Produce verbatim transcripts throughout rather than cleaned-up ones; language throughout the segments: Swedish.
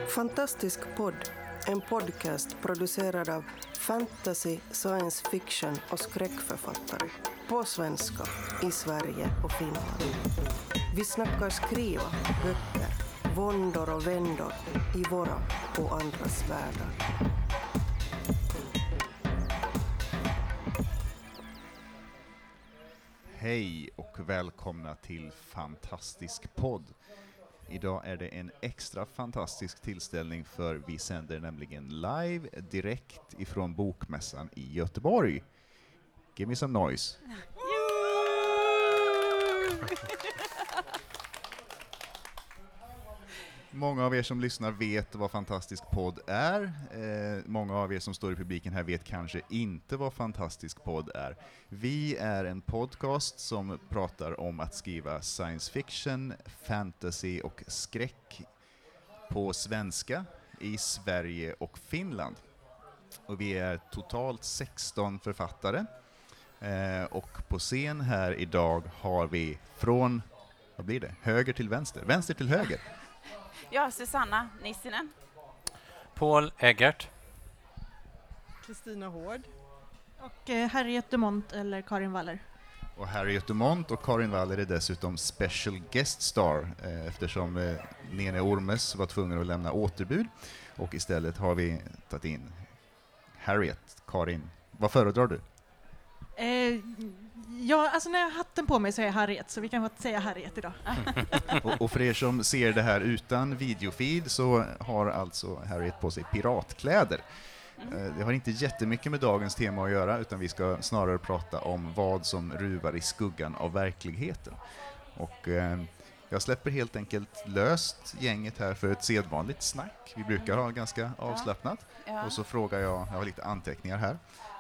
Fantastisk podd, en podcast producerad av fantasy, science fiction och skräckförfattare. På svenska, i Sverige och Finland. Vi snackar skriva, böcker, våndor och vändor i våra och andras världar. Hej och välkomna till Fantastisk podd. Idag är det en extra fantastisk tillställning för vi sänder nämligen live direkt ifrån Bokmässan i Göteborg. Give me some noise. Många av er som lyssnar vet vad Fantastisk podd är. Eh, många av er som står i publiken här vet kanske inte vad Fantastisk podd är. Vi är en podcast som pratar om att skriva science fiction, fantasy och skräck på svenska i Sverige och Finland. Och vi är totalt sexton författare. Eh, och på scen här idag har vi från, vad blir det? Höger till vänster, vänster till höger. Ja, Susanna Nissinen. Paul Eggert. Kristina Hård. Och eh, Harriet Dumont eller Karin Waller. Och Harriet Dumont och Karin Waller är dessutom special guest star eh, eftersom eh, Nene Ormes var tvungen att lämna återbud. Och istället har vi tagit in Harriet. Karin, vad föredrar du? Eh, ja, alltså när jag har hatten på mig så är jag Harriet, så vi kan säga Harriet idag. och, och för er som ser det här utan videofeed så har alltså Harriet på sig piratkläder. Mm. Det har inte jättemycket med dagens tema att göra, utan vi ska snarare prata om vad som ruvar i skuggan av verkligheten. Och eh, jag släpper helt enkelt löst gänget här för ett sedvanligt snack. Vi brukar ha ganska avslappnat. Ja. Ja. Och så frågar jag, jag har lite anteckningar här.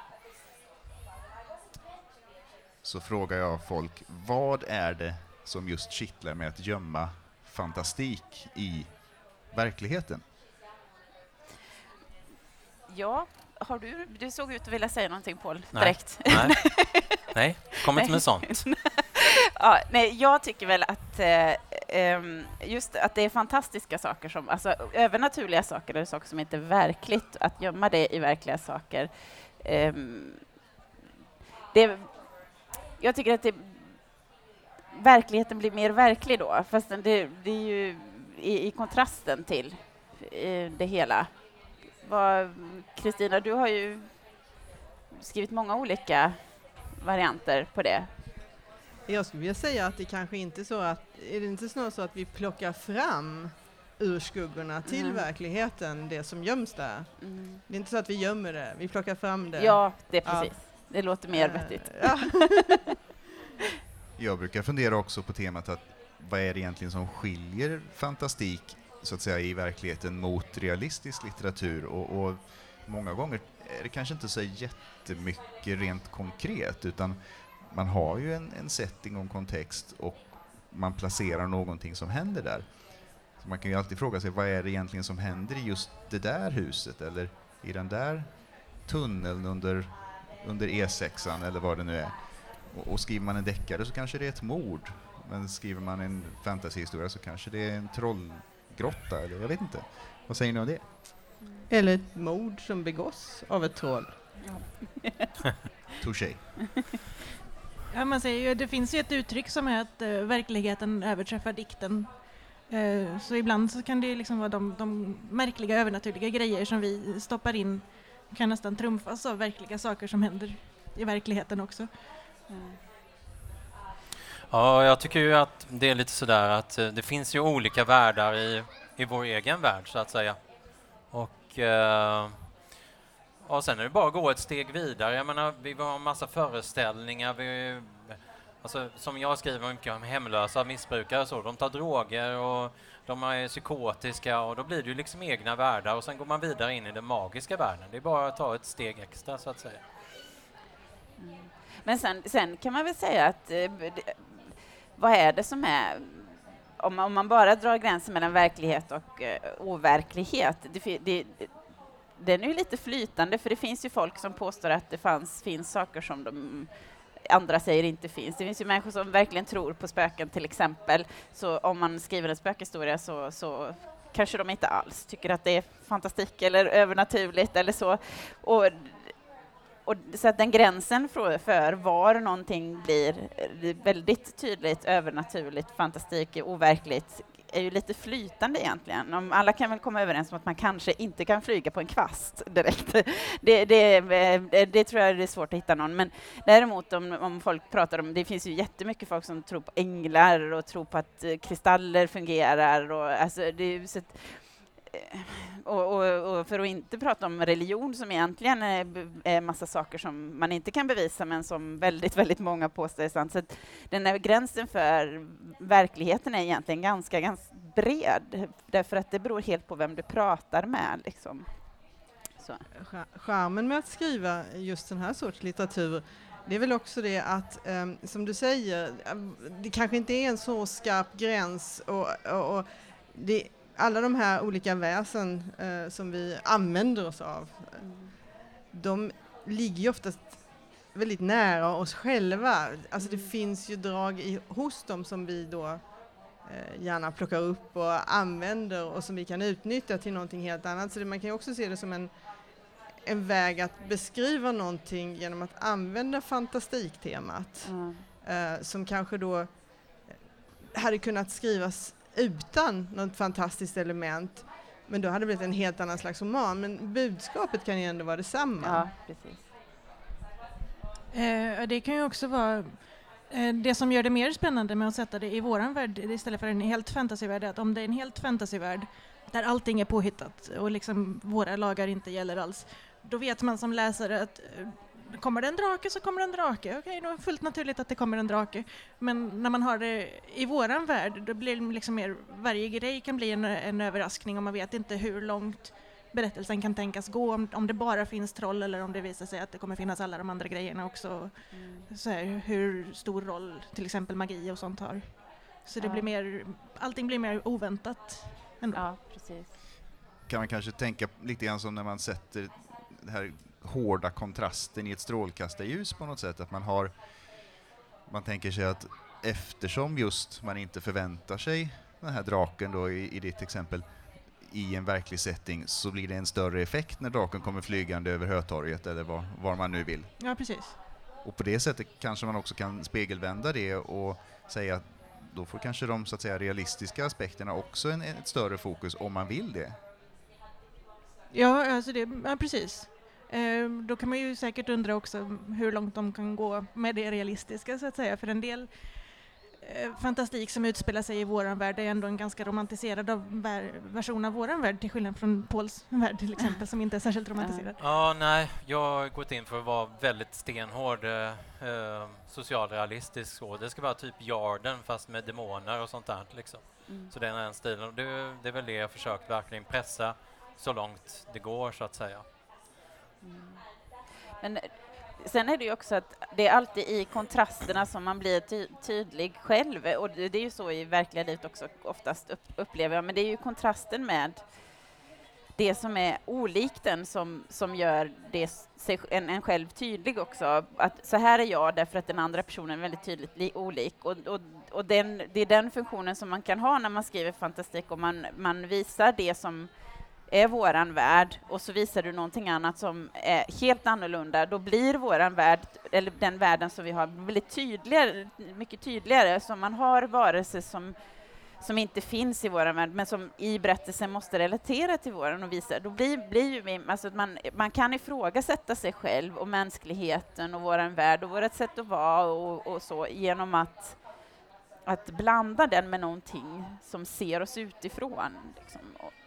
Så frågar jag folk, vad är det som just kittlar med att gömma fantastik i verkligheten? Ja, har du, du såg ut att vilja säga någonting, Paul, direkt. Nej, nej. nej kom inte med sånt. ja, nej, jag tycker väl att eh, just att det är fantastiska saker, som, alltså övernaturliga saker, eller saker som inte är verkligt, att gömma det i verkliga saker. Eh, det Jag tycker att det, verkligheten blir mer verklig då, fast det, det är ju i, i kontrasten till eh, det hela. Kristina, du har ju skrivit många olika varianter på det. Jag skulle vilja säga att det kanske inte är så att, är det inte snarare så att vi plockar fram ur skuggorna till mm. verkligheten det som göms där. Mm. Det är inte så att vi gömmer det, vi plockar fram det. Ja, det är precis. Ja. Det låter mer vettigt. Ja. Jag brukar fundera också på temat att vad är det egentligen som skiljer fantastik så att säga i verkligheten mot realistisk litteratur, och, och många gånger är det kanske inte så jättemycket rent konkret, utan man har ju en, en setting och en kontext och man placerar någonting som händer där. Så man kan ju alltid fråga sig, vad är det egentligen som händer i just det där huset eller i den där tunneln under under E sexan eller vad det nu är. Och, och skriver man en deckare så kanske det är ett mord. Men skriver man en fantasyhistoria så kanske det är en trollgrotta, eller jag vet inte. Vad säger ni om det? Eller ett mord som begås av ett troll. Ja. Touché. Ja, man säger ju, det finns ju ett uttryck som är att uh, verkligheten överträffar dikten. Uh, så ibland så kan det liksom vara de, de märkliga övernaturliga grejer som vi stoppar in kan nästan trumfas av verkliga saker som händer i verkligheten också. Mm. Ja, jag tycker ju att det är lite sådär att det finns ju olika världar i, i vår egen värld, så att säga. Och eh, ja, sen är det bara att gå ett steg vidare. Jag menar, vi har en massa föreställningar. Vi, alltså, som jag skriver mycket om hemlösa missbrukare, så de tar droger och de är psykotiska, och då blir det ju liksom egna världar, och sen går man vidare in i den magiska världen. Det är bara att ta ett steg extra, så att säga. Mm. Men sen, sen kan man väl säga att eh, det, vad är det som är, om man, om man bara drar gränsen mellan verklighet och eh, overklighet, det, det, den är ju lite flytande, för det finns ju folk som påstår att det fanns, finns saker som de andra säger inte finns. Det finns ju människor som verkligen tror på spöken till exempel. Så om man skriver en spökhistoria så, så kanske de inte alls tycker att det är fantastik eller övernaturligt eller så. Och, och så att den gränsen för, för var någonting blir väldigt tydligt övernaturligt, fantastik, overkligt, är ju lite flytande egentligen. Om alla kan väl komma överens om att man kanske inte kan flyga på en kvast direkt. Det, det, det, det tror jag är svårt att hitta någon. Men däremot om, om folk pratar om, det finns ju jättemycket folk som tror på änglar och tror på att kristaller fungerar. Och, alltså, det är så att, och, och, och för att inte prata om religion som egentligen är, är massa saker som man inte kan bevisa men som väldigt, väldigt många påstår är sant. Så att den här gränsen för verkligheten är egentligen ganska, ganska bred. Därför att det beror helt på vem du pratar med. Liksom. Så. Charmen med att skriva just den här sorts litteratur, det är väl också det att, um, som du säger, det kanske inte är en så skarp gräns och, och, och det alla de här olika väsen eh, som vi använder oss av, mm. de ligger ju oftast väldigt nära oss själva. Alltså mm. det finns ju drag i, hos dem som vi då eh, gärna plockar upp och använder och som vi kan utnyttja till någonting helt annat. Så det, man kan ju också se det som en, en väg att beskriva någonting genom att använda fantastiktemat mm. eh, som kanske då hade kunnat skrivas utan något fantastiskt element, men då hade det blivit en helt annan slags roman. Men budskapet kan ju ändå vara detsamma. Ja, precis. Eh, det kan ju också vara eh, det som gör det mer spännande med att sätta det i våran värld istället för en helt fantasyvärld, att om det är en helt fantasyvärld där allting är påhittat och liksom våra lagar inte gäller alls, då vet man som läsare att kommer det en drake så kommer det en drake. Okej, då är det fullt naturligt att det kommer en drake. Men när man har det i våran värld, då blir det liksom mer, varje grej kan bli en, en överraskning och man vet inte hur långt berättelsen kan tänkas gå. Om, om det bara finns troll eller om det visar sig att det kommer finnas alla de andra grejerna också. Mm. Så här, hur stor roll till exempel magi och sånt har. Så det ja. blir mer, allting blir mer oväntat ändå. Ja, precis. Kan man kanske tänka lite grann som när man sätter det här hårda kontrasten i ett strålkastarljus på något sätt, att man har man tänker sig att eftersom just man inte förväntar sig den här draken då i, i ditt exempel i en verklig setting, så blir det en större effekt när draken kommer flygande över Hötorget eller var, var man nu vill. Ja, precis. Och på det sättet kanske man också kan spegelvända det och säga att då får kanske de så att säga realistiska aspekterna också en, ett större fokus om man vill det. Ja, alltså det, ja precis. Eh, då kan man ju säkert undra också hur långt de kan gå med det realistiska så att säga. För en del eh, fantastik som utspelar sig i våran värld är ändå en ganska romantiserad av vär- version av våran värld, till skillnad från Pauls värld till exempel som inte är särskilt romantiserad. Ja, nej, jag har gått in för att vara väldigt stenhård eh, socialrealistisk. Så. Det ska vara typ Jarden fast med demoner och sånt där liksom. Mm. Så det är den stilen. Det, det är väl det jag försökt verkligen pressa så långt det går så att säga. Mm. Men sen är det ju också att det är alltid i kontrasterna som man blir ty- tydlig själv, och det, det är ju så i verkliga livet också oftast upp, upplever jag, men det är ju kontrasten med det som är olikt den som, som gör det sig, en, en själv tydlig också, att så här är jag därför att den andra personen är väldigt tydligt li- olik, och, och, och den, det är den funktionen som man kan ha när man skriver fantastik, och man, man visar det som är våran värld och så visar du någonting annat som är helt annorlunda, då blir våran värld, eller den världen som vi har, väldigt tydligare, mycket tydligare, som man har varelser som, som inte finns i våran värld men som i berättelsen måste relatera till våran och visa. Då blir, blir ju vi, alltså att man, man kan ifrågasätta sig själv och mänskligheten och våran värld och vårt sätt att vara och, och så genom att, att blanda den med någonting som ser oss utifrån liksom.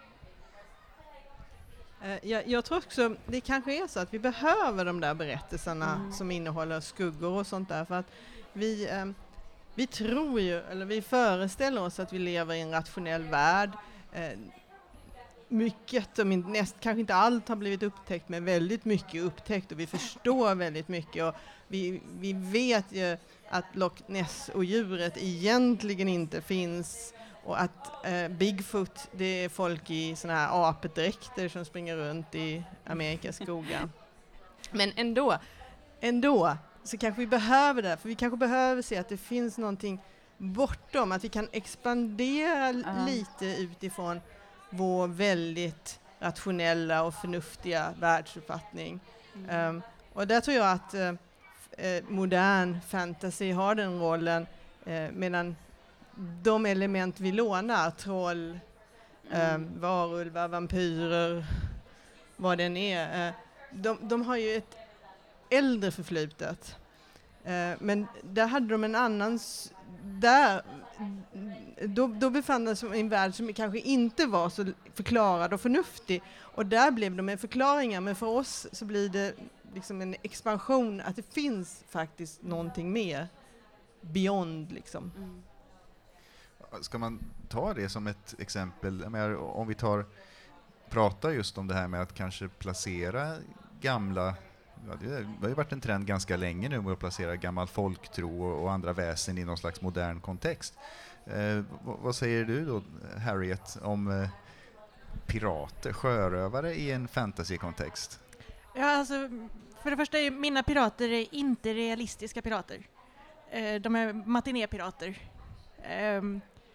Jag, jag tror också det kanske är så att vi behöver de där berättelserna mm. som innehåller skuggor och sånt där, för att vi, eh, vi tror ju, eller vi föreställer oss att vi lever i en rationell värld. Eh, mycket, om inte, näst, kanske inte allt har blivit upptäckt, men väldigt mycket upptäckt och vi förstår väldigt mycket, och vi, vi vet ju att Loch Ness och djuret egentligen inte finns. Och att eh, Bigfoot, det är folk i såna här apedräkter som springer runt i Amerikas skogar. Men ändå, ändå så kanske vi behöver det. För vi kanske behöver se att det finns någonting bortom. Att vi kan expandera uh-huh. lite utifrån vår väldigt rationella och förnuftiga världsuppfattning. Mm. Um, och där tror jag att uh, uh, modern fantasy har den rollen, uh, medan de element vi lånar, troll, mm. um, varulvar, vampyrer, vad den är, uh, de, de har ju ett äldre förflutet. Uh, men där hade de en annan... S- där, då, då befann de sig i en värld som kanske inte var så förklarad och förnuftig. Och där blev de med förklaringar. Men för oss så blir det liksom en expansion, att det finns faktiskt någonting mer beyond. Liksom. Mm. Ska man ta det som ett exempel? Jag menar, om vi tar pratar just om det här med att kanske placera gamla... Ja, det har ju varit en trend ganska länge nu med att placera gammal folktro och, och andra väsen i någon slags modern kontext. Eh, v- vad säger du då, Harriet, om eh, pirater, sjörövare i en fantasy-kontext? Ja, alltså, för det första är mina pirater är inte realistiska pirater. Eh, de är matinépirater. Eh,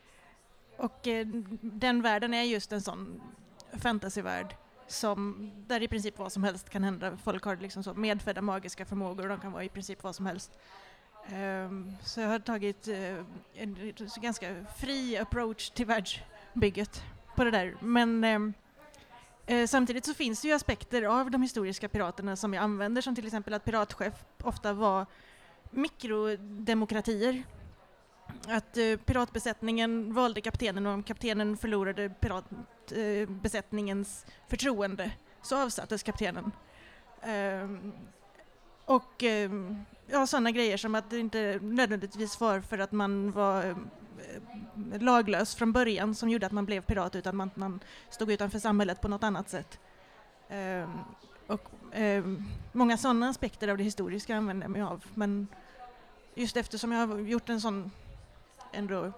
och eh, den världen är just en sån fantasyvärld. Som, där i princip vad som helst kan hända. Folk har liksom så medfödda magiska förmågor och de kan vara i princip vad som helst. Um, så jag har tagit uh, en ganska fri approach till världsbygget på det där. Men um, uh, samtidigt så finns det ju aspekter av de historiska piraterna som jag använder, som till exempel att piratskepp ofta var mikrodemokratier. Att uh, piratbesättningen valde kaptenen, och om kaptenen förlorade piratbesättningens uh, förtroende så avsattes kaptenen. Uh, och uh, ja, sådana grejer som att det inte nödvändigtvis var för att man var uh, laglös från början som gjorde att man blev pirat, utan man, man stod utanför samhället på något annat sätt. Uh, och uh, många sådana aspekter av det historiska använder jag mig av, men just eftersom jag har gjort en sån ändå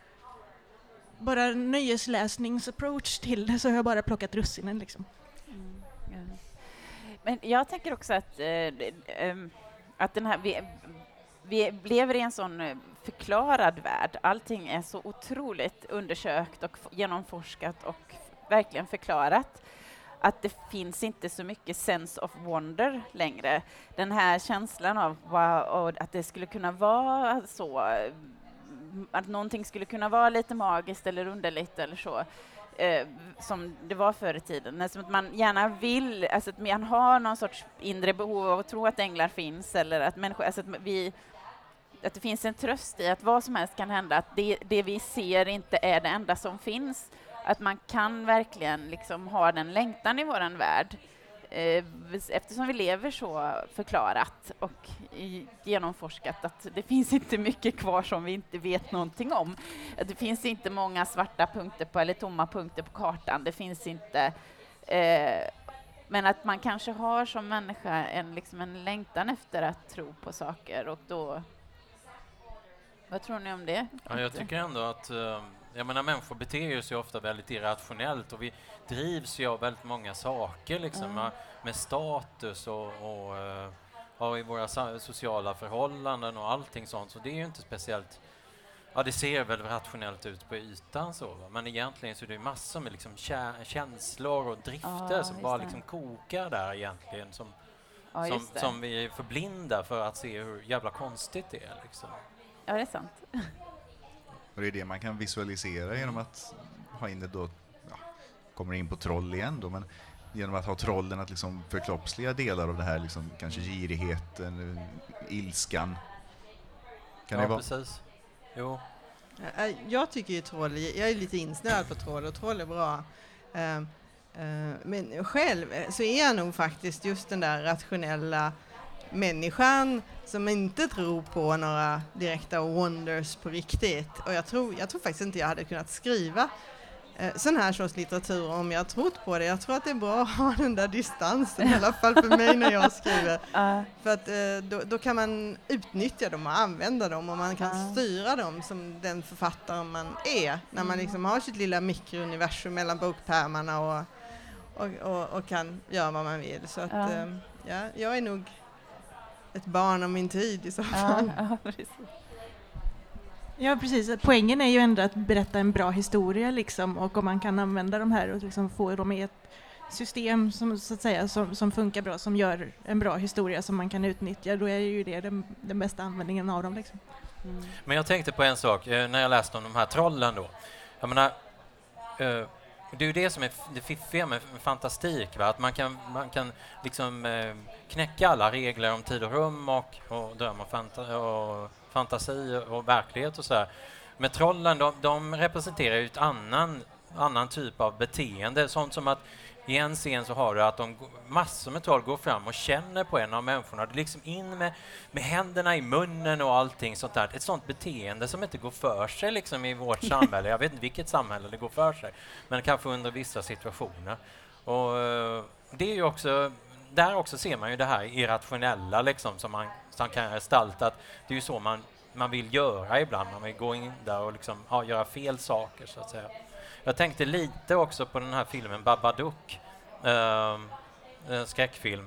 bara nöjesläsningsapproach till det, så har jag bara plockat russinen liksom. Mm, ja. Men jag tänker också att, eh, att den här, vi, vi lever i en sån förklarad värld. Allting är så otroligt undersökt och genomforskat och verkligen förklarat, att det finns inte så mycket sense of wonder längre. Den här känslan av wow, att det skulle kunna vara så, att någonting skulle kunna vara lite magiskt eller underligt eller så, eh, som det var förr i tiden. Alltså att man gärna vill, alltså att man har någon sorts inre behov av att tro att änglar finns, eller att människor, alltså att vi, att det finns en tröst i att vad som helst kan hända, att det, det vi ser inte är det enda som finns. Att man kan verkligen liksom ha den längtan i våran värld, eh, eftersom vi lever så förklarat och i, genomforskat, att det finns inte mycket kvar som vi inte vet någonting om. Det finns inte många svarta punkter på, eller tomma punkter på kartan. Det finns inte, eh, men att man kanske har som människa en, liksom en längtan efter att tro på saker, och då... Vad tror ni om det? Ja, jag tycker ändå att uh, jag menar, människor beter sig ofta väldigt irrationellt, och vi drivs ju av väldigt många saker liksom, mm. med, med status och, och uh, ja, i våra so- sociala förhållanden och allting sånt, så det är ju inte speciellt, ja, det ser väl rationellt ut på ytan så, va? Men egentligen så är det ju massor med liksom kä- känslor och drifter ja, som bara det. liksom kokar där egentligen, som, ja, som, som vi är förblinda för att se hur jävla konstigt det är liksom. Ja, det är sant. Och det är det man kan visualisera genom att ha in det då, ja, kommer in på troll igen då, men genom att ha trollen att liksom förkroppsliga delar av det här, liksom kanske girigheten, ilskan. Kan ja, det vara? Precis. Jo. Jag tycker ju troll, jag är lite insnöad på troll, och troll är bra. Uh, uh, men själv så är jag nog faktiskt just den där rationella människan som inte tror på några direkta wonders på riktigt. Och jag tror, jag tror faktiskt inte jag hade kunnat skriva eh, sån här sorts litteratur om jag trott på det. Jag tror att det är bra att ha den där distansen, i alla fall för mig när jag skriver. Uh. För att eh, då, då kan man utnyttja dem och använda dem, och man kan uh. styra dem som den författare man är. När man liksom har sitt lilla mikrouniversum mellan bokpärmarna och, och, och, och kan göra vad man vill. Så att uh. eh, ja, jag är nog ett barn av min tid i så fall. Ja, ja, precis. Ja, precis. Poängen är ju ändå att berätta en bra historia liksom, och om man kan använda de här och liksom få dem i ett system som, så att säga, som, som funkar bra, som gör en bra historia som man kan utnyttja, då är ju det den, den bästa användningen av dem. Liksom. Mm. Men jag tänkte på en sak eh, när jag läste om de här trollen då. Jag menar, eh, det är ju det som är det fiffiga med fantastik, va? Att man kan, man kan liksom eh, knäcka alla regler om tid och rum och, och dröm och, fanta- och fantasi och verklighet och så här. Men trollen, de, de representerar ju ett annan, annan typ av beteende. Sånt som att i en scen så har du att de massor med troll går fram och känner på en av människorna. Det är liksom in med, med händerna i munnen och allting sånt där. Ett sånt beteende som inte går för sig liksom i vårt samhälle. Jag vet inte vilket samhälle det går för sig. Men kanske under vissa situationer. Och det är ju också, där också ser man ju det här irrationella liksom som man som kan gestalta. Att det är ju så man, man vill göra ibland. Man vill gå in där och liksom, ja, göra fel saker så att säga. Jag tänkte lite också på den här filmen Babadook, eh, en skräckfilm.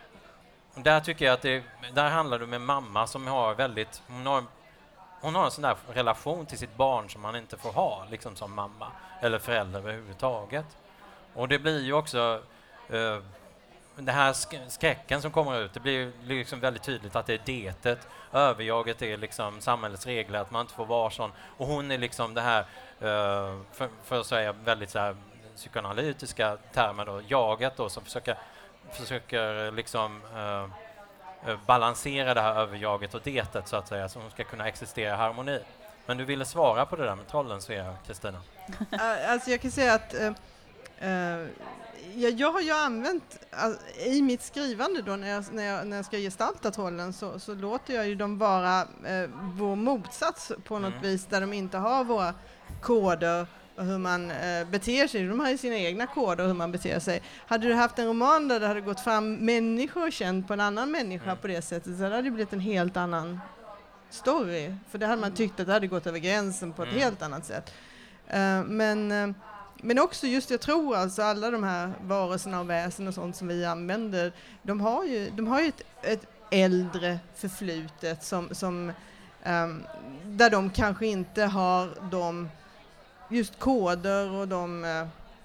Där tycker jag att det, där handlar det om en mamma som har väldigt, hon har, hon har en sån där relation till sitt barn som man inte får ha liksom som mamma eller förälder överhuvudtaget. Och det blir ju också eh, det här sk- skräcken som kommer ut, det blir liksom väldigt tydligt att det är detet, överjaget är liksom samhällets regler, att man inte får vara sån. Och hon är liksom det här, uh, för, för att säga väldigt så här psykoanalytiska termer då, jaget då, som försöker, försöker liksom uh, uh, balansera det här överjaget och detet så att säga, så hon ska kunna existera i harmoni. Men du ville svara på det där med trollen, så är Kristina. Uh, alltså jag kan säga att uh, uh, jag, jag har ju använt uh, i mitt skrivande då när jag, när jag, när jag ska gestalta trollen så, så låter jag ju dem vara uh, vår motsats på något mm. vis, där de inte har våra koder och hur man uh, beter sig. De har ju sina egna koder och hur man beter sig. Hade du haft en roman där det hade gått fram människor känd på en annan människa mm. på det sättet, så hade det blivit en helt annan story. För det hade man tyckt att det hade gått över gränsen på ett mm. helt annat sätt. Uh, men, uh, men också just, jag tror alltså alla de här varelserna och väsen och sånt som vi använder, de har ju, de har ju ett, ett äldre förflutet som, som um, där de kanske inte har de just koder och de uh,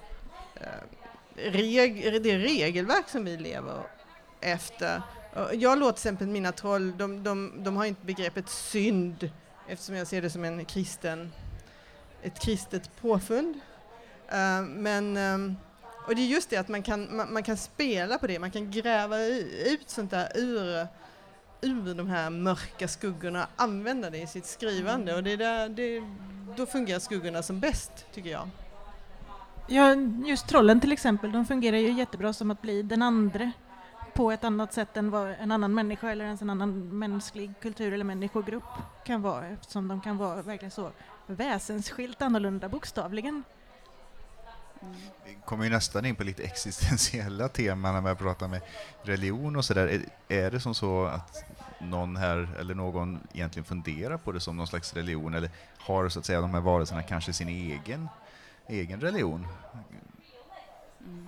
reg, det regelverk som vi lever efter. Jag låter till exempel mina troll, de, de, de har inte begreppet synd, eftersom jag ser det som en kristen, ett kristet påfund. Uh, men, um, och det är just det att man kan, man, man kan spela på det, man kan gräva ut sånt där ur, ur de här mörka skuggorna, använda det i sitt skrivande. Och det är där, det, då fungerar skuggorna som bäst, tycker jag. Ja, just trollen till exempel, de fungerar ju jättebra som att bli den andra på ett annat sätt än vad en annan människa eller ens en annan mänsklig kultur eller människogrupp kan vara, eftersom de kan vara verkligen så väsensskilt annorlunda bokstavligen. Mm. Vi kommer ju nästan in på lite existentiella teman när man pratar med religion och sådär. Är, är det som så att någon här eller någon egentligen funderar på det som någon slags religion, eller har så att säga de här varelserna kanske sin egen, egen religion? Mm.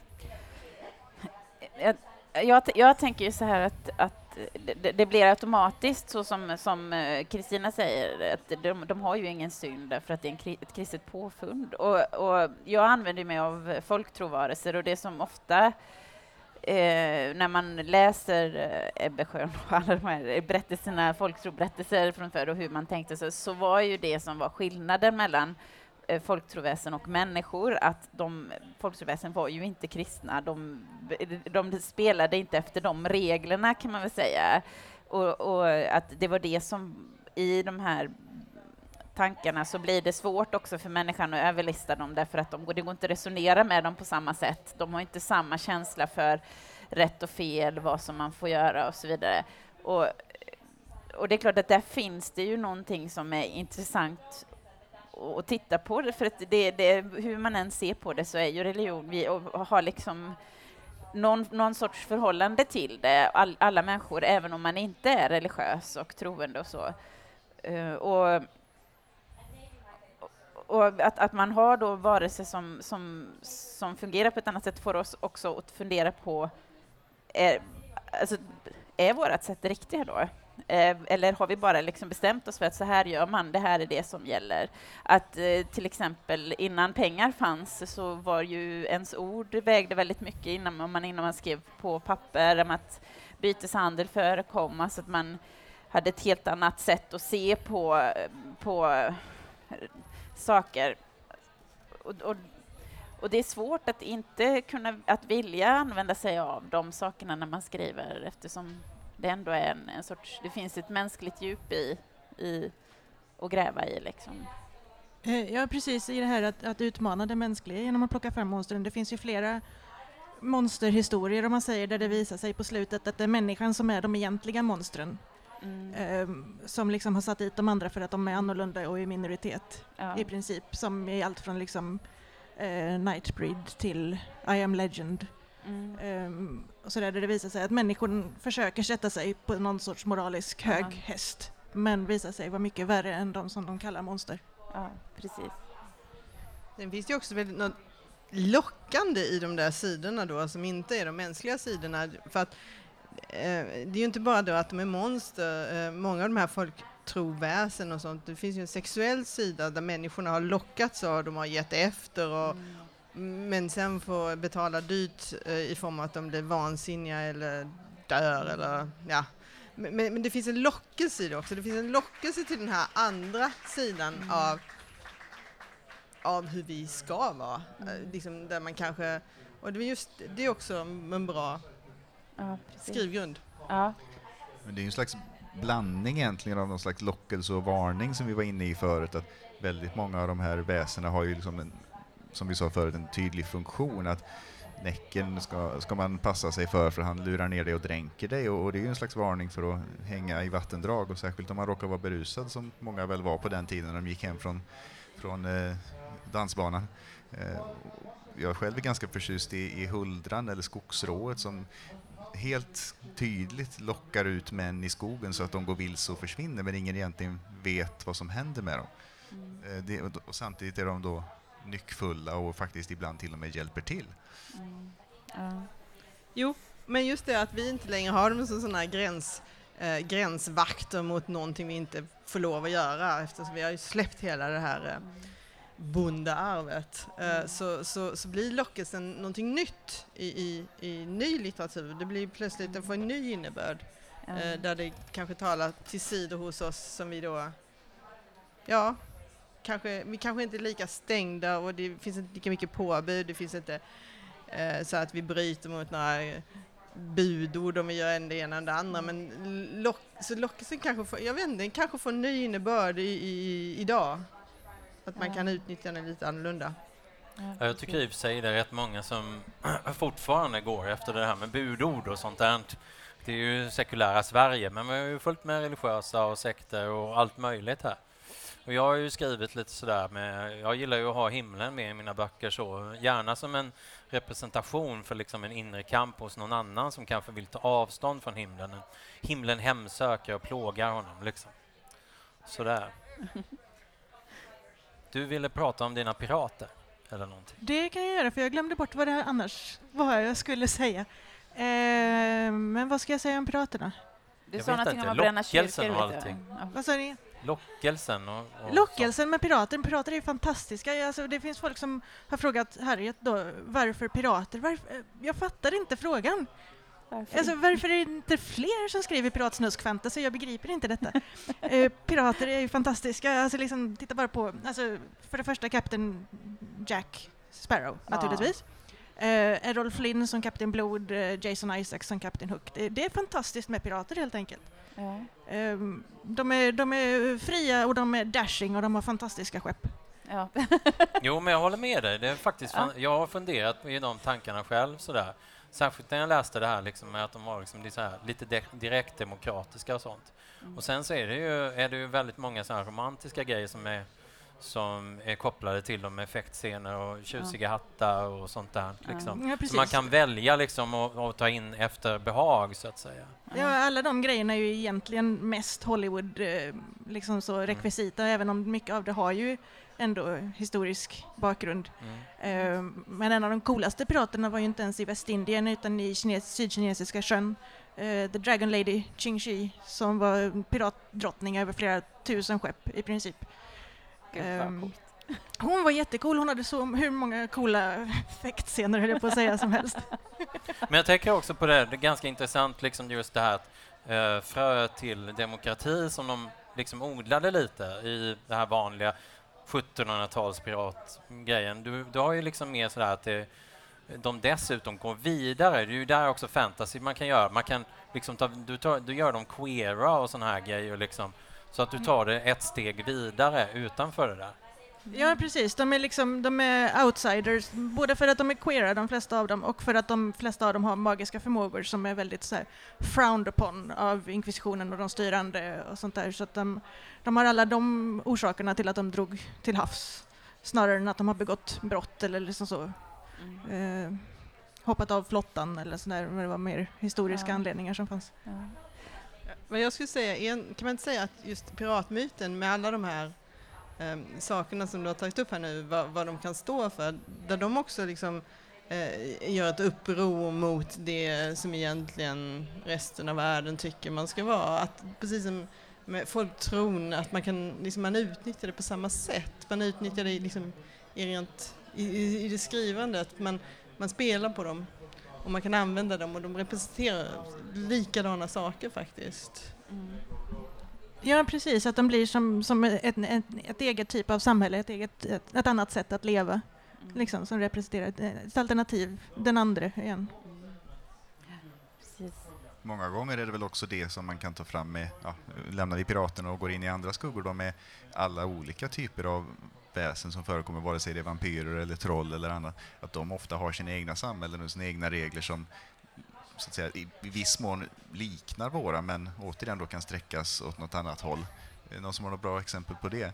Jag, jag, jag tänker ju så här att, att det, det blir automatiskt så som, som Kristina säger, att de, de har ju ingen synd därför att det är en, ett kristet påfund. Och, och jag använder mig av folktrovarelser, och det som ofta eh, när man läser eh, Ebbe Schön och alla de här berättelserna, folktroberättelser från förr och hur man tänkte så, så var ju det som var skillnaden mellan folktroväsen och människor, att de folktroväsen var ju inte kristna, de, de spelade inte efter de reglerna, kan man väl säga, och, och att det var det som i de här tankarna så blir det svårt också för människan att överlista dem, därför att de, det går inte att resonera med dem på samma sätt, de har inte samma känsla för rätt och fel, vad som man får göra och så vidare. Och, och det är klart att där finns det ju någonting som är intressant och titta på det, för att det, det, hur man än ser på det så är ju religion, vi och har liksom någon, någon sorts förhållande till det, all, alla människor, även om man inte är religiös och troende och så. Uh, och och att, att man har då varelser som, som, som fungerar på ett annat sätt för oss också att fundera på, är, alltså, är vårat sätt det riktiga då? Eh, eller har vi bara liksom bestämt oss för att så här gör man, det här är det som gäller? Att eh, till exempel innan pengar fanns så var ju ens ord vägde väldigt mycket innan man, innan man skrev på papper om att byteshandel förekom, alltså att man hade ett helt annat sätt att se på, på saker. Och, och, och det är svårt att inte kunna, att vilja använda sig av de sakerna när man skriver, eftersom det ändå är en, en sorts, det finns ett mänskligt djup i, i att gräva i liksom. Ja, precis, i det här att, att utmana det mänskliga genom att plocka fram monstren. Det finns ju flera monsterhistorier, om man säger, där det visar sig på slutet att det är människan som är de egentliga monstren. Mm. Eh, som liksom har satt dit de andra för att de är annorlunda och i minoritet, ja. I princip. Som i allt från liksom eh, Nightbreed till I Am Legend. Mm. Um, och så där, där det visar sig att människor försöker sätta sig på någon sorts moralisk hög ja. häst, men visar sig vara mycket värre än de som de kallar monster. Ja, precis. Det finns ju också väldigt något lockande i de där sidorna då, som inte är de mänskliga sidorna, för att eh, det är ju inte bara då att de är monster, eh, många av de här folktroväsen och sånt, det finns ju en sexuell sida där människorna har lockats och de har gett efter och mm. men sen får betala dyrt eh, i form av att de blir vansinniga eller dör eller ja. Men, men det finns en lockelse i det också. Det finns en lockelse till den här andra sidan mm. av av hur vi ska vara. Mm. Eh, liksom där man kanske, och det är just det är också en bra ja, skrivgrund. Ja. Men det är ju en slags blandning egentligen av någon slags lockelse och varning som vi var inne i förut, att väldigt många av de här väsena har ju liksom en, som vi sa förut, en tydlig funktion, att Näcken ska, ska man passa sig för för han lurar ner dig och dränker dig, och, och det är ju en slags varning för att hänga i vattendrag, och särskilt om man råkar vara berusad som många väl var på den tiden när de gick hem från, från eh, dansbanan. Eh, jag själv är ganska förtjust i, i huldran eller skogsrået som helt tydligt lockar ut män i skogen så att de går vilse och försvinner, men ingen egentligen vet vad som händer med dem. Mm. Eh, det, och, och samtidigt är de då nyckfulla och faktiskt ibland till och med hjälper till. Mm. Ja. Jo, men just det att vi inte längre har dem som sådana här gräns, eh, gränsvakter mot någonting vi inte får lov att göra, eftersom vi har ju släppt hela det här eh, bondearvet. Eh, så, så, så blir lockelsen någonting nytt i, i, i ny litteratur. Det blir plötsligt, det får en ny innebörd. Eh, där det kanske talar till sidor hos oss som vi då, ja, kanske, vi kanske inte är lika stängda och det finns inte lika mycket påbud, det finns inte eh, så att vi bryter mot några budord om vi gör en det ena och det andra, men lock, så lockelsen kanske får, jag vet inte, den kanske får en ny innebörd i, i, idag. Att man ja. kan utnyttja den lite annorlunda. Ja, jag tycker i och för sig det är rätt många som fortfarande går efter det här med budord och sånt där. Det är ju sekulära Sverige, men vi har ju fullt med religiösa och sekter och allt möjligt här. Och jag har ju skrivit lite sådär med, jag gillar ju att ha himlen med i mina böcker så, gärna som en representation för liksom en inre kamp hos någon annan som kanske vill ta avstånd från himlen. Himlen hemsöker och plågar honom liksom. Sådär. Du ville prata om dina pirater eller någonting? Det kan jag göra, för jag glömde bort vad det här annars var jag skulle säga. Eh, men vad ska jag säga om piraterna? Du sa någonting om att bränna kyrkor. Och allting. Ja. Vad sa ni? Lockelsen och, och Lockelsen så. Med pirater. Pirater är ju fantastiska. Alltså, det finns folk som har frågat Harriet då, varför pirater? Varför? Jag fattar inte frågan. Varför? Alltså, varför är det inte fler som skriver piratsnuskfantasy? Jag begriper inte detta. eh, pirater är ju fantastiska. Alltså, liksom, titta bara på, alltså, för det första Captain Jack Sparrow, ja. naturligtvis. Eh, Errol Flynn som Kapten Blod, eh, Jason Isaacs som Kapten Hook. Det, det är fantastiskt med pirater helt enkelt. Ja. Eh, de, är, de är fria och de är dashing och de har fantastiska skepp. Ja. Jo, men jag håller med dig. Det är faktiskt fan, ja. Jag har funderat i de tankarna själv sådär. Särskilt när jag läste det här liksom, med att de var liksom, så här, lite de- direkt demokratiska och sånt. Mm. Och sen så är det ju, är det ju väldigt många så här romantiska grejer som är som är kopplade till de effektscener och tjusiga ja. hattar och sånt där. Liksom. Ja, så man kan välja liksom och, och ta in efter behag så att säga. Ja, alla de grejerna är ju egentligen mest Hollywood eh, liksom så rekvisita, mm. även om mycket av det har ju ändå historisk bakgrund. Mm. Eh, men en av de coolaste piraterna var ju inte ens i Västindien utan i kines- sydkinesiska sjön. eh, The Dragon Lady Qingxi som var piratdrottning över flera tusen skepp i princip. Um, hon var jättecool, hon hade så hur många coola effektscener höll jag på att säga som helst. Men jag tänker också på det, det är ganska intressant liksom just det här att eh, frö till demokrati som de liksom odlade lite i det här vanliga sjuttonhundratals piratgrejen. Du, du har ju liksom mer sådär att det, de dessutom går vidare. Det är ju där också fantasy man kan göra. Man kan liksom ta, du, tar, du gör dem queera och såna här grejer liksom, så att du tar det ett steg vidare utanför det där. Ja, precis. De är, liksom, de är outsiders, både för att de är queera, de flesta av dem, och för att de flesta av dem har magiska förmågor som är väldigt så här, frowned upon av inkvisitionen och de styrande och sånt där. Så att de, de har alla de orsakerna till att de drog till havs, snarare än att de har begått brott eller liksom så. Mm. Eh, hoppat av flottan eller sådär, men det var mer historiska ja. anledningar som fanns. Ja. Men jag skulle säga, en, kan man inte säga att just piratmyten med alla de här Um, sakerna som du har tagit upp här nu, vad, vad de kan stå för, där de också liksom uh, gör ett uppror mot det som egentligen resten av världen tycker man ska vara. Att precis som med folktron, att man kan liksom, man utnyttjar det på samma sätt. Man utnyttjar det liksom i, rent, i, i det skrivandet. Man, man spelar på dem och man kan använda dem och de representerar likadana saker faktiskt. Mm. Ja, precis. Att de blir som, som ett, ett, ett eget typ av samhälle, ett, eget, ett, ett annat sätt att leva, mm. liksom, som representerar ett, ett alternativ, den andra igen. Mm. Precis. Många gånger är det väl också det som man kan ta fram med, ja, lämnar vi piraterna och går in i andra skuggor då, med alla olika typer av väsen som förekommer, vare sig det är vampyrer eller troll eller annat, att de ofta har sina egna samhällen och sina egna regler som så att säga, i viss mån liknar våra, men återigen då kan sträckas åt något annat håll. Är det någon som har något bra exempel på det?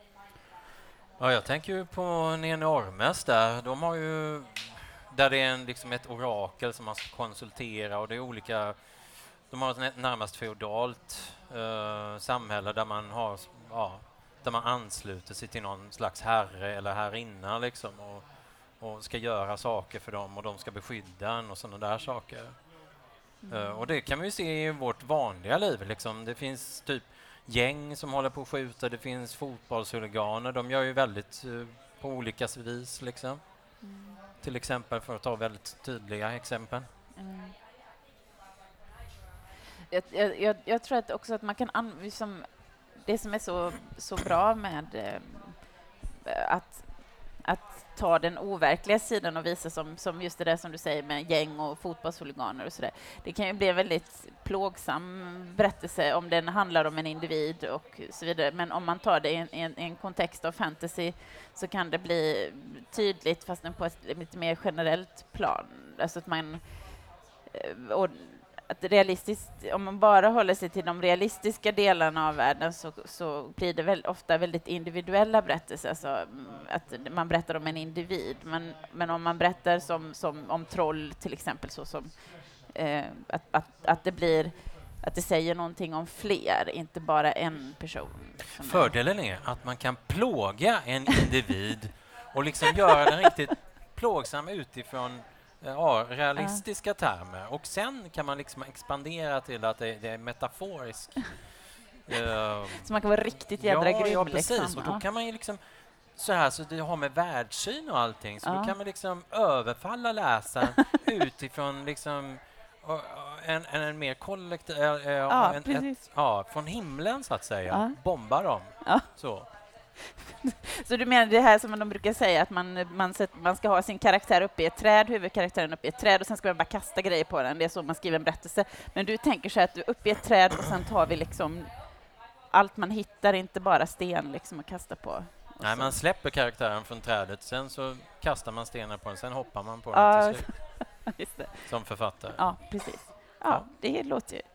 Ja, jag tänker ju på Nene Ormes där. De har ju, där det är en, liksom ett orakel som man ska konsultera, och det är olika, de har ett närmast feodalt eh, samhälle där man har, ja, där man ansluter sig till någon slags herre eller herrinna liksom, och, och ska göra saker för dem och de ska beskydda en och sådana där saker. Mm. Uh, och det kan vi ju se i vårt vanliga liv liksom. Det finns typ gäng som håller på att skjuta, det finns fotbollshuliganer, de gör ju väldigt uh, på olika vis liksom. Mm. Till exempel, för att ta väldigt tydliga exempel. Mm. Jag, jag, jag, jag tror att också att man kan an- liksom, det som är så, så bra med eh, att, att ta den overkliga sidan och visa som, som just det där som du säger med gäng och fotbollshuliganer och sådär. Det kan ju bli en väldigt plågsam berättelse om den handlar om en individ och så vidare. Men om man tar det i en, i en, i en kontext av fantasy så kan det bli tydligt, fast på ett lite mer generellt plan. Alltså att man... Och, att realistiskt, om man bara håller sig till de realistiska delarna av världen så, så blir det väl ofta väldigt individuella berättelser. Alltså att man berättar om en individ. Men, men om man berättar som, som om troll till exempel, så som eh, att, att, att det blir att det säger någonting om fler, inte bara en person. Fördelen är att man kan plåga en individ och liksom göra den riktigt plågsam utifrån ja, realistiska termer, och sen kan man liksom expandera till att det, det är metaforisk. uh, så man kan vara riktigt jädra ja, grym. Ja, precis. Liksom. Och då ja. kan man ju liksom så här, så det har med världssyn och allting, så ja. då kan man liksom överfalla läsaren utifrån liksom uh, en, en, en mer kollektiv uh, uh, ja, en, ett, ja, från himlen så att säga. Ja. Bomba dem. Ja. Så. Så du menar det här som de brukar säga, att man, man, man ska ha sin karaktär uppe i ett träd, huvudkaraktären uppe i ett träd, och sen ska man bara kasta grejer på den. Det är så man skriver en berättelse. Men du tänker så här att du är uppe i ett träd och sen tar vi liksom allt man hittar, inte bara sten liksom att kasta på. Nej, så. Man släpper karaktären från trädet, sen så kastar man stenar på den, sen hoppar man på den ja, till slut. Just det. Som författare. Ja, precis. Ja, ja. Det låter ju...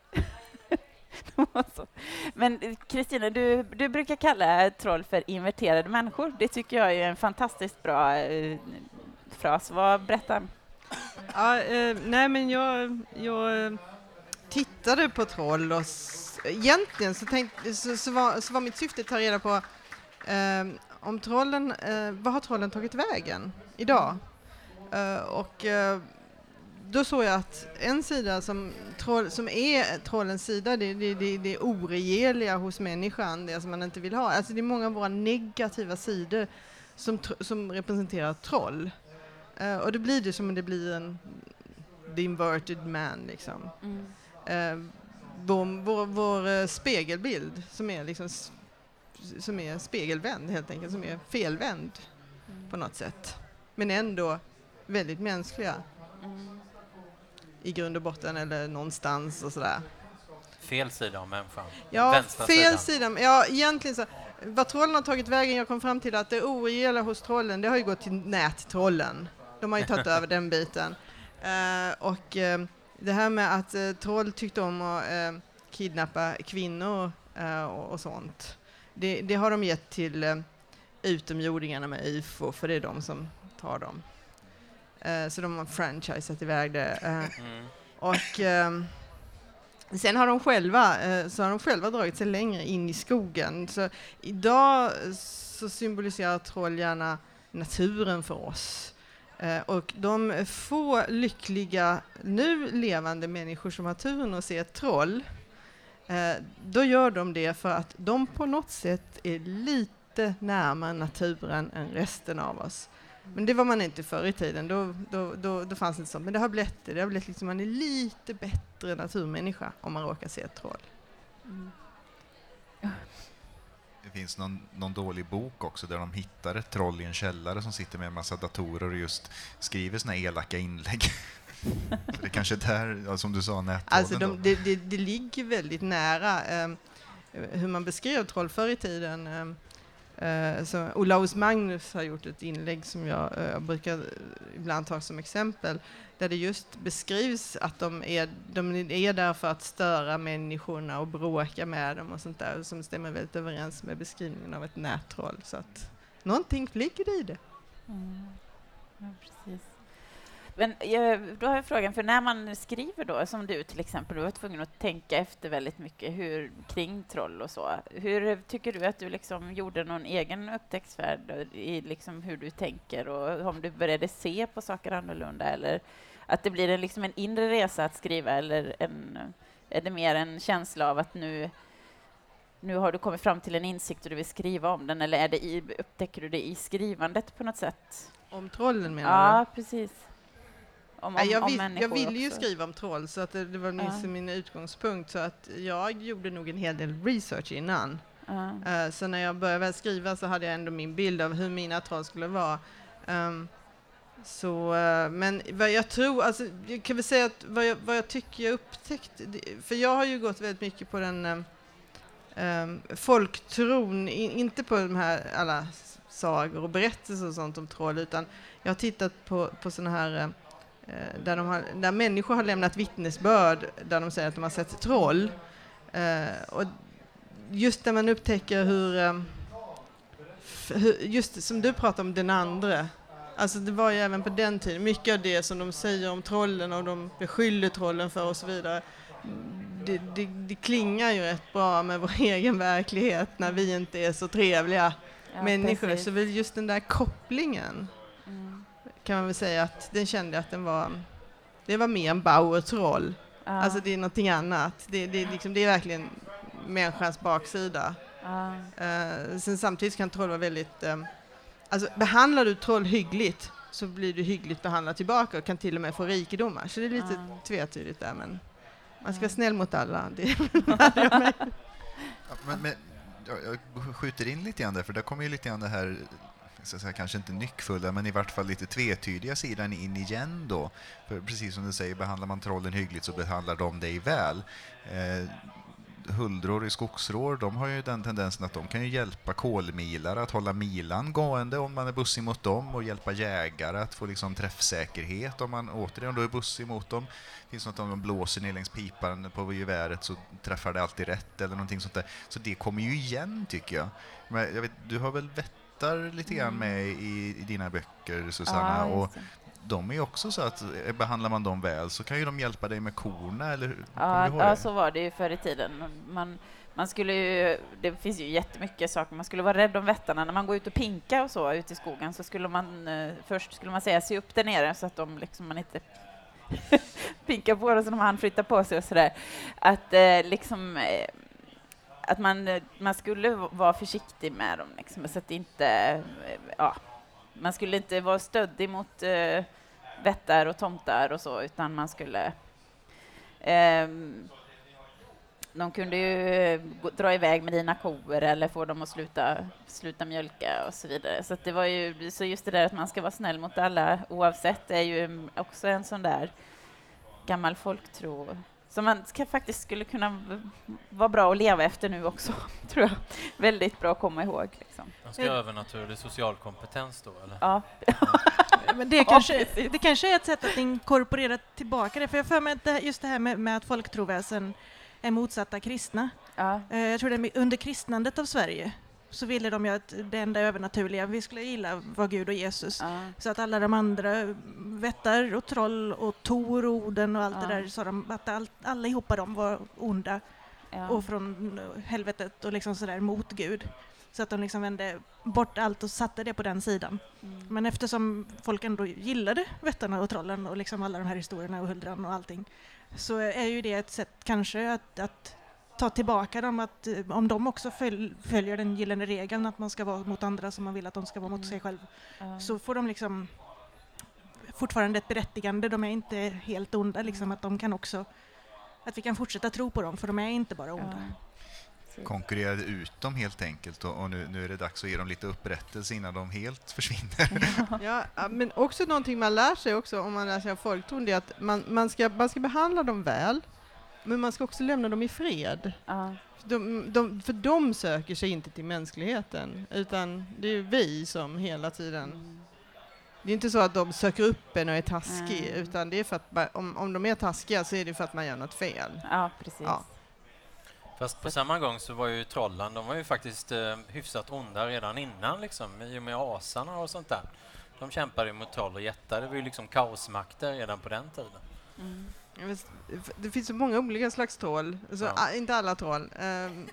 Men Kristina, du, du brukar kalla troll för inverterade människor. Det tycker jag är en fantastiskt bra eh, fras. Vad berättar? Ja, eh, nej men jag, jag tittade på troll och s- egentligen så, tänkte, så, så, var, så var mitt syfte att ta reda på eh, om trollen, eh, vad har trollen tagit vägen idag? Eh, och eh, då såg jag att en sida som, troll, som är trollens sida, det är det, det, det oregeliga hos människan, det som man inte vill ha. Alltså det är många av våra negativa sidor som, som representerar troll. Uh, och det blir det som om det blir en the inverted man liksom. Mm. Uh, vår, vår, vår spegelbild som är liksom som är spegelvänd helt enkelt, som är felvänd mm. på något sätt. Men ändå väldigt mänskliga. Mm. I grund och botten eller någonstans och sådär. Fel sida av människan. Ja, Vänstra fel sidan. sida. Ja, egentligen så. Vad trollen har tagit vägen, jag kom fram till att det oregeliga hos trollen, det har ju gått till nättrollen. De har ju tagit över den biten. Uh, och uh, det här med att uh, troll tyckte om att uh, kidnappa kvinnor uh, och, och sånt. Det, det har de gett till uh, utomjordingarna med U F O, för det är de som tar dem. Uh, så de har franchisat iväg det. Uh, mm. Och uh, sen har de själva uh, så har de själva dragit sig längre in i skogen. Så idag så symboliserar troll gärna naturen för oss. Uh, och de få lyckliga nu levande människor som har turen att se ett troll, uh, då gör de det för att de på något sätt är lite närmare naturen än resten av oss. Men det var man inte förr i tiden, då, då, då, då fanns det inte sånt. Men det har blivit det, det har blivit liksom man är lite bättre naturmänniska om man råkar se ett troll. Mm. Det finns någon, någon dålig bok också där de hittar ett troll i en källare som sitter med en massa datorer och just skriver såna elaka inlägg. Så det kanske är där, ja, som du sa, nättrollen. Alltså de, det, det, det ligger väldigt nära eh, hur man beskrev troll förr i tiden. Eh, Uh, så Olaus Magnus har gjort ett inlägg som jag uh, brukar ibland ta som exempel, där det just beskrivs att de är, de är där för att störa människorna och bråka med dem och sånt där, som stämmer väldigt överens med beskrivningen av ett nättroll. Så att någonting ligger det i det. Mm. Ja, precis. Men jag, då har jag frågan, för när man skriver då, som du till exempel, du var tvungen att tänka efter väldigt mycket hur, kring troll och så. Hur tycker du att du liksom gjorde någon egen upptäcktsfärd i liksom hur du tänker, och om du började se på saker annorlunda, eller att det blir en, liksom en inre resa att skriva, eller en, är det mer en känsla av att nu, nu har du kommit fram till en insikt och du vill skriva om den, eller är det i, upptäcker du det i skrivandet på något sätt? Om trollen menar ja, du? Ja, precis. Om, om, jag, vill, om jag ville ju också. skriva om troll, så att det, det var min, ja. min utgångspunkt, så att jag gjorde nog en hel del research innan. Ja. Uh, så när jag började skriva så hade jag ändå min bild av hur mina troll skulle vara. Um, så, uh, men vad jag tror, alltså, jag kan väl säga att vad jag, vad jag tycker jag upptäckte, det, för jag har ju gått väldigt mycket på den um, um, folktron, in, inte på de här alla sagor och berättelser och sånt om troll, utan jag har tittat på, på såna här uh, Där, de har, där människor har lämnat vittnesbörd där de säger att de har sett troll. Uh, och just där man upptäcker hur, um, hur, just som du pratar om den andra, alltså det var ju även på den tiden, mycket av det som de säger om trollen och de beskyller trollen för och så vidare, det, det, det klingar ju rätt bra med vår egen verklighet när vi inte är så trevliga ja, människor. Precis. Så väl just den där kopplingen mm. kan man väl säga att den kände att den var, det var mer en Bauer-troll. Ja. Alltså det är någonting annat. Det, det, är liksom, det är verkligen människans baksida. Ja. Uh, sen samtidigt kan troll vara väldigt, um, alltså behandlar du troll hyggligt så blir du hyggligt behandlad tillbaka och kan till och med få rikedomar. Så det är lite ja. tvetydigt där, men man ska vara snäll mot alla. Det ja, men, men jag skjuter in lite grann där, för där kommer ju lite grann det här, så att säga, kanske inte nyckfulla, men i vart fall lite tvetydiga sidan in igen då. För precis som du säger, behandlar man trollen hyggligt så behandlar de dig väl. Eh, huldror i skogsrår, de har ju den tendensen att de kan ju hjälpa kolmilare att hålla milan gående om man är bussig mot dem, och hjälpa jägare att få liksom träffsäkerhet om man återigen då är bussig mot dem. Det finns något om de blåser ner längs pipan på geväret så träffar det alltid rätt eller någonting sånt där. Så det kommer ju igen, tycker jag. Men jag vet, du har väl vettar lite grann med i, i dina böcker, Susanna, ja, och de är ju också så att behandlar man dem väl så kan ju de hjälpa dig med korna, eller ja, ja, så var det ju förr i tiden. Man, man skulle ju, det finns ju jättemycket saker, man skulle vara rädd om vättarna. När man går ut och pinka och så ute i skogen så skulle man, eh, först skulle man säga sig upp där nere så att de liksom, man inte pinka på dem så de hann flytta på sig och sådär. Att eh, liksom eh, att man, man skulle vara försiktig med dem liksom, så att inte eh, ja, man skulle inte vara stöddig mot eh, vättar och tomtar och så, utan man skulle eh, de kunde ju gå, dra iväg med dina kor eller få dem att sluta, sluta mjölka och så vidare. Så att det var ju, så just det där att man ska vara snäll mot alla oavsett är ju också en sån där gammal folktro som man ska, faktiskt skulle kunna vara bra att leva efter nu också, tror jag. Väldigt bra att komma ihåg. Liksom. Man ska övernaturlig social kompetens då, eller? Ja. Men det, kanske, det kanske är ett sätt att inkorporera tillbaka det. För jag för mig att det, just det här med, med att folktroväsen är motsatta kristna. Ja. Eh, jag tror det under kristnandet av Sverige så ville de ju att det enda övernaturliga vi skulle gilla var Gud och Jesus. Ja. Så att alla de andra vättar och troll och Tor och Oden och allt Ja. det där, så de, att all, allihopa de var onda Ja. och från helvetet och liksom sådär mot Gud. Så att de liksom vände bort allt och satte det på den sidan. Mm. Men eftersom folk ändå gillade vättarna och trollen och liksom alla de här historierna och huldran och allting, så är ju det ett sätt kanske att, att ta tillbaka dem, att om de också följ, följer den gyllene regeln att man ska vara mot andra som man vill att de ska vara mot Mm. sig själv, Ja. så får de liksom fortfarande ett berättigande. De är inte helt onda, liksom, att de kan också, att vi kan fortsätta tro på dem, för de är inte bara onda. Ja. Konkurrerade ut dem helt enkelt, och, och nu, nu är det dags att ge dem lite upprättelse innan de helt försvinner. Ja, ja, men också någonting man lär sig också om man lär sig av folktron, det är att man, man, ska, man ska behandla dem väl, men man ska också lämna dem i fred. Ja. De, de, för de söker sig inte till mänskligheten, utan det är vi som hela tiden... Mm. Det är inte så att de söker upp en och är taskig, Mm. utan det är för att man, om, om de är taskiga så är det för att man gör något fel. Ja, precis. Ja. Fast på samma gång så var ju trollen, de var ju faktiskt eh, hyfsat onda redan innan, liksom, i och med asarna och sånt där. De kämpade ju mot troll och jättar, det var ju liksom kaosmakter redan på den tiden. Mm. Jag vet, det finns så många olika slags troll, så, Ja. ah, inte alla troll. Um,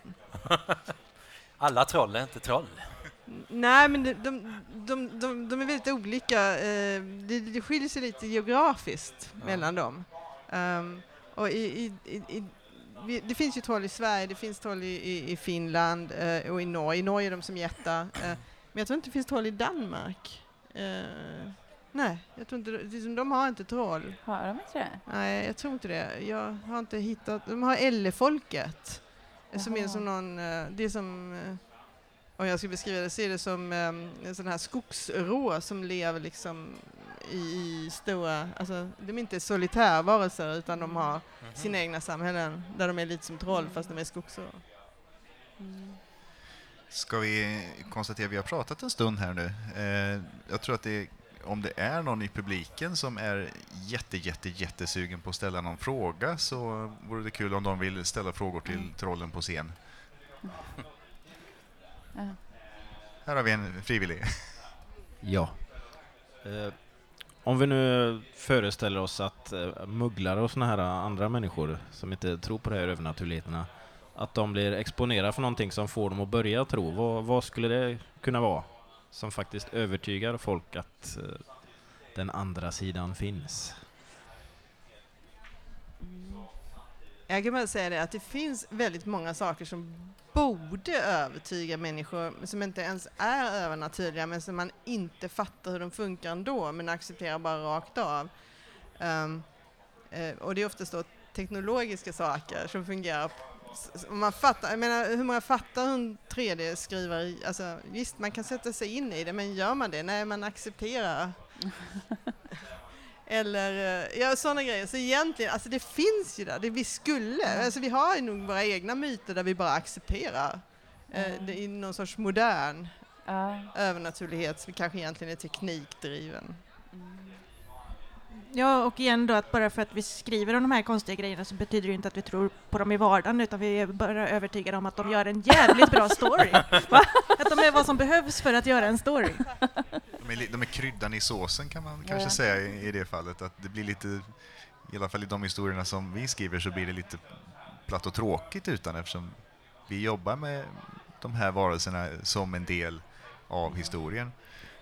Alla troll är inte troll. nej, men de, de, de, de, de är väldigt olika. Uh, det, det skiljer sig lite geografiskt Ja. mellan dem. Um, och i, i, i, i, vi, det finns ju troll i Sverige, det finns troll i, i, i Finland uh, och i Norge. I Norge är de som jättar. Uh, men jag tror inte det finns troll i Danmark. Uh, nej, jag tror inte, de, de har inte troll. Har de inte det? Nej, jag tror inte det. Jag har inte hittat... De har Ellefolket. Som är Jaha. som någon... eh, Det är som... eh, Om jag ska beskriva det så är det som eh, en sån här skogsrå som lever liksom i, i stora... Alltså, de är inte solitärvarelser, utan de har Mhm. sina egna samhällen där de är lite som troll fast de är skogsrå. Mm. Ska vi konstatera att vi har pratat en stund här nu. Eh, jag tror att det, om det är någon i publiken som är jätte, jätte, jättesugen på att ställa någon fråga, så vore det kul om de vill ställa frågor till Mm. trollen på scen. Ja. Här har vi en frivillig. Ja. Eh, om vi nu föreställer oss att eh, mugglare och såna här andra människor som inte tror på de här övernaturligheterna, att de blir exponerade för någonting som får dem att börja tro, vad, vad skulle det kunna vara som faktiskt övertygar folk att eh, den andra sidan finns? Jag kan bara säga det att det finns väldigt många saker som borde övertyga människor som inte ens är övernaturliga, men som man inte fattar hur de funkar ändå, men accepterar bara rakt av. Um, eh, och det är oftast då teknologiska saker som fungerar. S- s- om man fattar, jag menar, hur många fattar hur en tre D-skrivare, alltså visst man kan sätta sig in i det, men gör man det? Nej, man accepterar. Eller eh, ja, sådana grejer. Så egentligen, alltså det finns ju där, det vi skulle. Alltså vi har ju nog våra egna myter där vi bara accepterar. Eh, Mm. det är någon sorts modern Ja. övernaturlighet som kanske egentligen är teknikdriven. Mm. Ja, och igen då att bara för att vi skriver om de här konstiga grejerna så betyder det inte att vi tror på dem i vardagen, utan vi är bara övertygade om att de gör en jävligt bra story. Va? Att de är vad som behövs för att göra en story. De är, li- de är kryddan i såsen, kan man Ja. kanske säga i, i det fallet. Att det blir lite, i alla fall i de historierna som vi skriver, så blir det lite platt och tråkigt utan, eftersom vi jobbar med de här varelserna som en del av historien.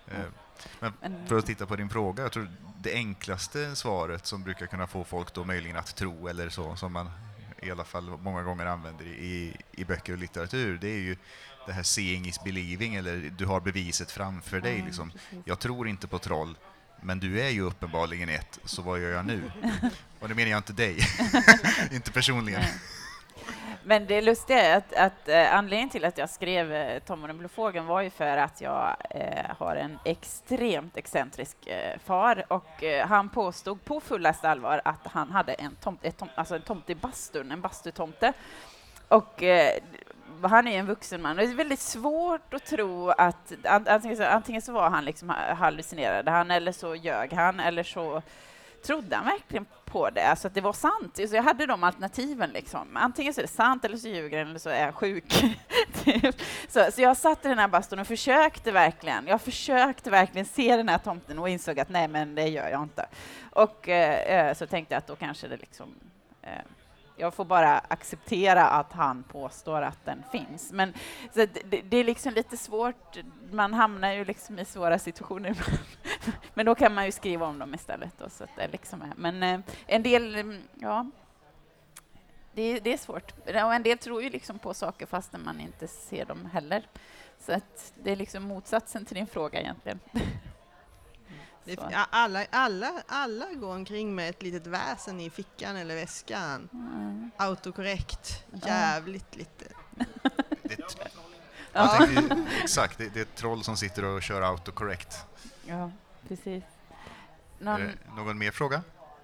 Men för att titta på din fråga, jag tror det enklaste svaret som brukar kunna få folk då möjligen att tro eller så, som man i alla fall många gånger använder i, i böcker och litteratur, det är ju det här seeing is believing, eller du har beviset framför dig. Liksom. Jag tror inte på troll, men du är ju uppenbarligen ett, så vad gör jag nu? Och det menar jag inte dig, inte personligen. Nej. Men det lustiga är att, att eh, anledningen till att jag skrev eh, Tom och den blå fågeln var ju för att jag eh, har en extremt excentrisk eh, far, och eh, han påstod på fullaste allvar att han hade en tomt, ett tom, alltså en tomte i bastun, en bastutomte. Och eh, han är en vuxen man. Det är väldigt svårt att tro att antingen så, antingen så var han liksom hallucinerade han, eller så ljög han, eller så trodde han verkligen på det, alltså att det var sant. Så jag hade de alternativen liksom. Antingen så är det sant, eller så ljuger han, eller så är jag sjuk. så, så jag satt i den här bastun och försökte verkligen. Jag försökte verkligen se den här tomten och insåg att nej, men det gör jag inte. Och eh, så tänkte jag att då kanske det liksom... Eh, jag får bara acceptera att han påstår att den finns. Men så det, det är liksom lite svårt. Man hamnar ju liksom i svåra situationer. Men då kan man ju skriva om dem istället. Då, så att det liksom är. Men eh, en del, ja, det, det är svårt. Och en del tror ju liksom på saker fast man inte ser dem heller. Så att det är liksom motsatsen till din fråga egentligen. Det, ja, alla, alla, alla går omkring med ett litet väsen i fickan eller väskan. Mm. Autokorrekt. Jävligt mm. lite. Det är t- ja. tänkte, exakt, det, det är ett troll som sitter och kör autokorrekt. Ja, precis. Någon, eh, någon mer fråga?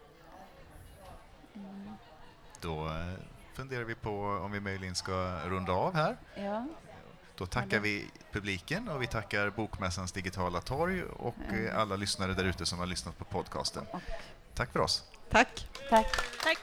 Mm. Då eh, funderar vi på om vi möjligen ska runda av här. Ja. Då tackar vi publiken och vi tackar Bokmässans digitala torg och mm. alla lyssnare där ute som har lyssnat på podcasten. Tack för oss. Tack. Tack. Tack.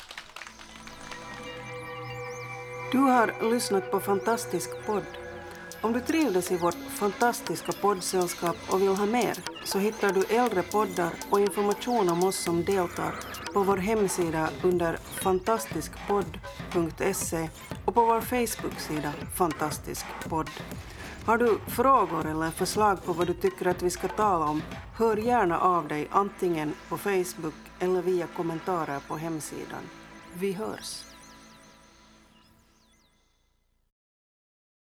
Du har lyssnat på Fantastisk podd. Om du trivdes i vårt fantastiska poddsällskap och vill ha mer, så hittar du äldre poddar och information om oss som deltar på vår hemsida under fantastiskpodd punkt se och på vår Facebook-sida Fantastisk podd. Har du frågor eller förslag på vad du tycker att vi ska tala om, hör gärna av dig antingen på Facebook eller via kommentarer på hemsidan. Vi hörs!